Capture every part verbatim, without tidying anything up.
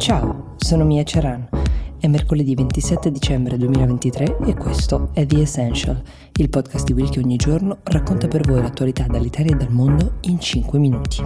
Ciao, sono Mia Ceran. È mercoledì ventisette dicembre duemilaventitré e questo è The Essential, il podcast di Will che ogni giorno racconta per voi l'attualità dall'Italia e dal mondo in cinque minuti.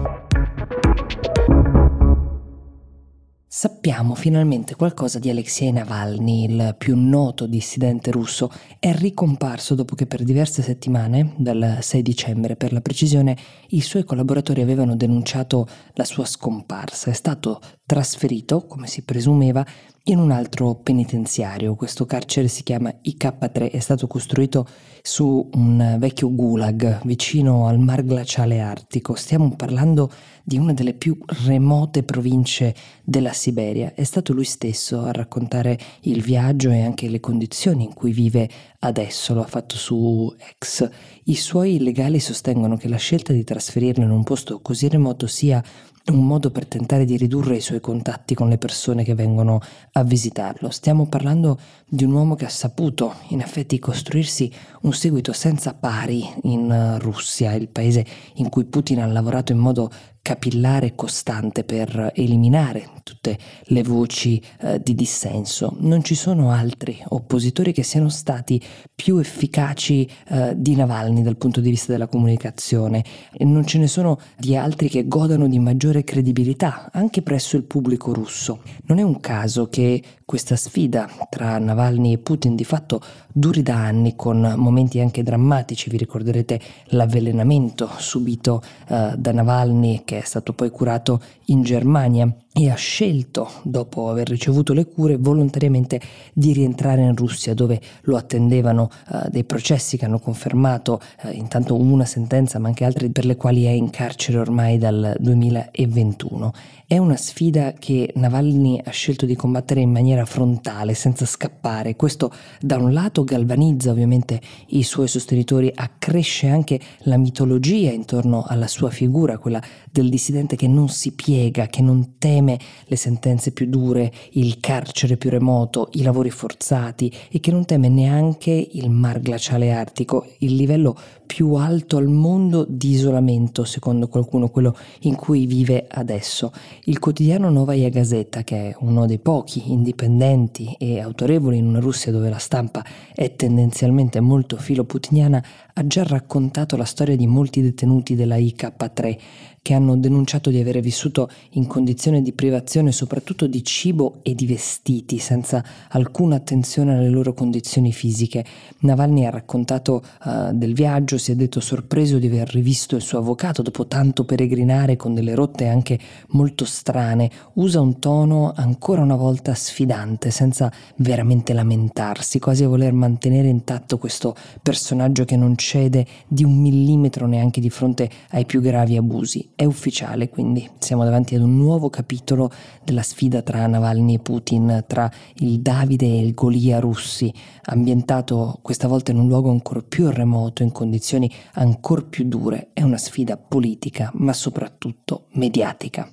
Sappiamo finalmente qualcosa di Alexei Navalny, il più noto dissidente russo. È ricomparso dopo che per diverse settimane, dal sei dicembre per la precisione, i suoi collaboratori avevano denunciato la sua scomparsa. È stato trasferito, come si presumeva, in un altro penitenziario. Questo carcere si chiama I K tre, è stato costruito su un vecchio gulag vicino al mar glaciale artico. Stiamo parlando di una delle più remote province della Siberia. È stato lui stesso a raccontare il viaggio e anche le condizioni in cui vive adesso. Lo ha fatto su X. I suoi legali sostengono che la scelta di trasferirlo in un posto così remoto sia un modo per tentare di ridurre i suoi contatti con le persone che vengono a visitarlo. Stiamo parlando di un uomo che ha saputo in effetti costruirsi un seguito senza pari in Russia, il paese in cui Putin ha lavorato in modo capillare e costante per eliminare tutte le voci eh, di dissenso. Non ci sono altri oppositori che siano stati più efficaci eh, di Navalny dal punto di vista della comunicazione, e non ce ne sono di altri che godano di maggiore credibilità anche presso il pubblico russo. Non è un caso che questa sfida tra Navalny e Putin di fatto duri da anni, con momenti anche drammatici. Vi ricorderete l'avvelenamento subito eh, da Navalny, che è stato poi curato in Germania e ha scelto, dopo aver ricevuto le cure, volontariamente di rientrare in Russia, dove lo attendevano eh, dei processi che hanno confermato eh, intanto una sentenza, ma anche altre per le quali è in carcere ormai dal duemilaventuno. È una sfida che Navalny ha scelto di combattere in maniera frontale, senza scappare. Questo da un lato galvanizza ovviamente i suoi sostenitori, accresce anche la mitologia intorno alla sua figura, quella del dissidente che non si piega, che non teme le sentenze più dure, il carcere più remoto, i lavori forzati, e che non teme neanche il mar glaciale artico, il livello più alto al mondo di isolamento, secondo qualcuno, quello in cui vive adesso. Il quotidiano Novaya Gazeta, che è uno dei pochi indipendenti e autorevoli in una Russia dove la stampa è tendenzialmente molto filoputiniana, ha già raccontato la storia di molti detenuti della I K tre che hanno denunciato di avere vissuto in condizioni di privazione soprattutto di cibo e di vestiti, senza alcuna attenzione alle loro condizioni fisiche. Navalny ha raccontato uh, del viaggio, si è detto sorpreso di aver rivisto il suo avvocato dopo tanto peregrinare con delle rotte anche molto strane. Usa un tono ancora una volta sfidante, senza veramente lamentarsi, quasi a voler mantenere intatto questo personaggio che non cede di un millimetro neanche di fronte ai più gravi abusi. È ufficiale, quindi siamo davanti ad un nuovo capitolo della sfida tra Navalny e Putin, tra il Davide e il Golia russi, ambientato questa volta in un luogo ancora più remoto, in condizioni ancora più dure. È una sfida politica, ma soprattutto mediatica.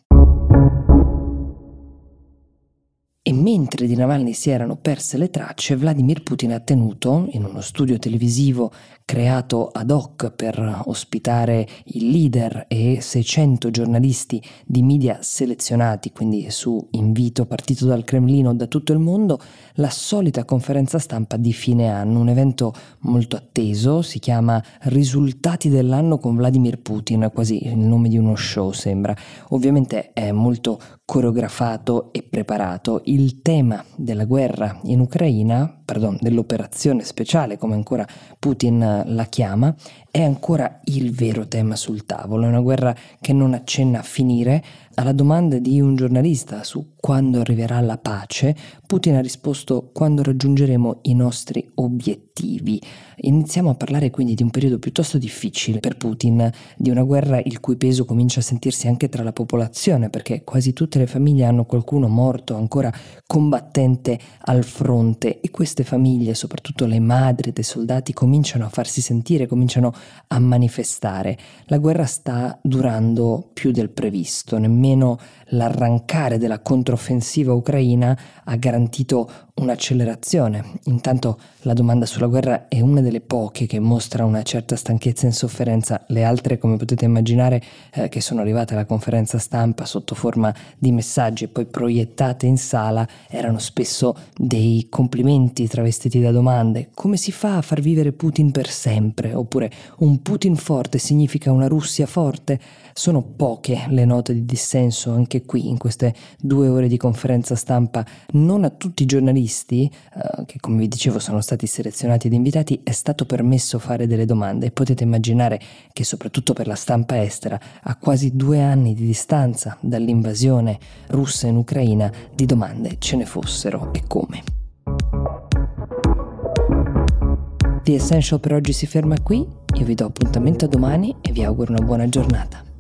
E mentre di Navalny si erano perse le tracce, Vladimir Putin ha tenuto, in uno studio televisivo creato ad hoc per ospitare il leader e seicento giornalisti di media selezionati, quindi su invito partito dal Cremlino da tutto il mondo, la solita conferenza stampa di fine anno, un evento molto atteso. Si chiama Risultati dell'anno con Vladimir Putin, quasi il nome di uno show sembra. Ovviamente è molto coreografato e preparato. Il tema della guerra in Ucraina, pardon, dell'operazione speciale, come ancora Putin la chiama, è ancora il vero tema sul tavolo. È una guerra che non accenna a finire. Alla domanda di un giornalista su quando arriverà la pace, Putin ha risposto: quando raggiungeremo i nostri obiettivi. Iniziamo a parlare quindi di un periodo piuttosto difficile per Putin, di una guerra il cui peso comincia a sentirsi anche tra la popolazione, perché quasi tutte le famiglie hanno qualcuno morto ancora combattente al fronte, e queste famiglie, soprattutto le madri dei soldati, cominciano a farsi sentire, cominciano a manifestare. La guerra sta durando più del previsto, nemmeno l'arrancare della controffensiva ucraina ha garantito un'accelerazione. Intanto la domanda sulla guerra è una delle poche che mostra una certa stanchezza e insofferenza. Le altre, come potete immaginare, eh, che sono arrivate alla conferenza stampa sotto forma di messaggi e poi proiettate in sala, erano spesso dei complimenti travestiti da domande. Come si fa a far vivere Putin per sempre? Oppure un Putin forte significa una Russia forte? Sono poche le note di dissenso anche qui in queste due ore di conferenza stampa. Non a tutti i giornalisti, eh, che come vi dicevo sono stati selezionati ed invitati, è stato permesso fare delle domande, e potete immaginare che soprattutto per la stampa estera, a quasi due anni di distanza dall'invasione russa in Ucraina, di domande ce ne fossero e come. The Essential per oggi si ferma qui, io vi do appuntamento a domani e vi auguro una buona giornata.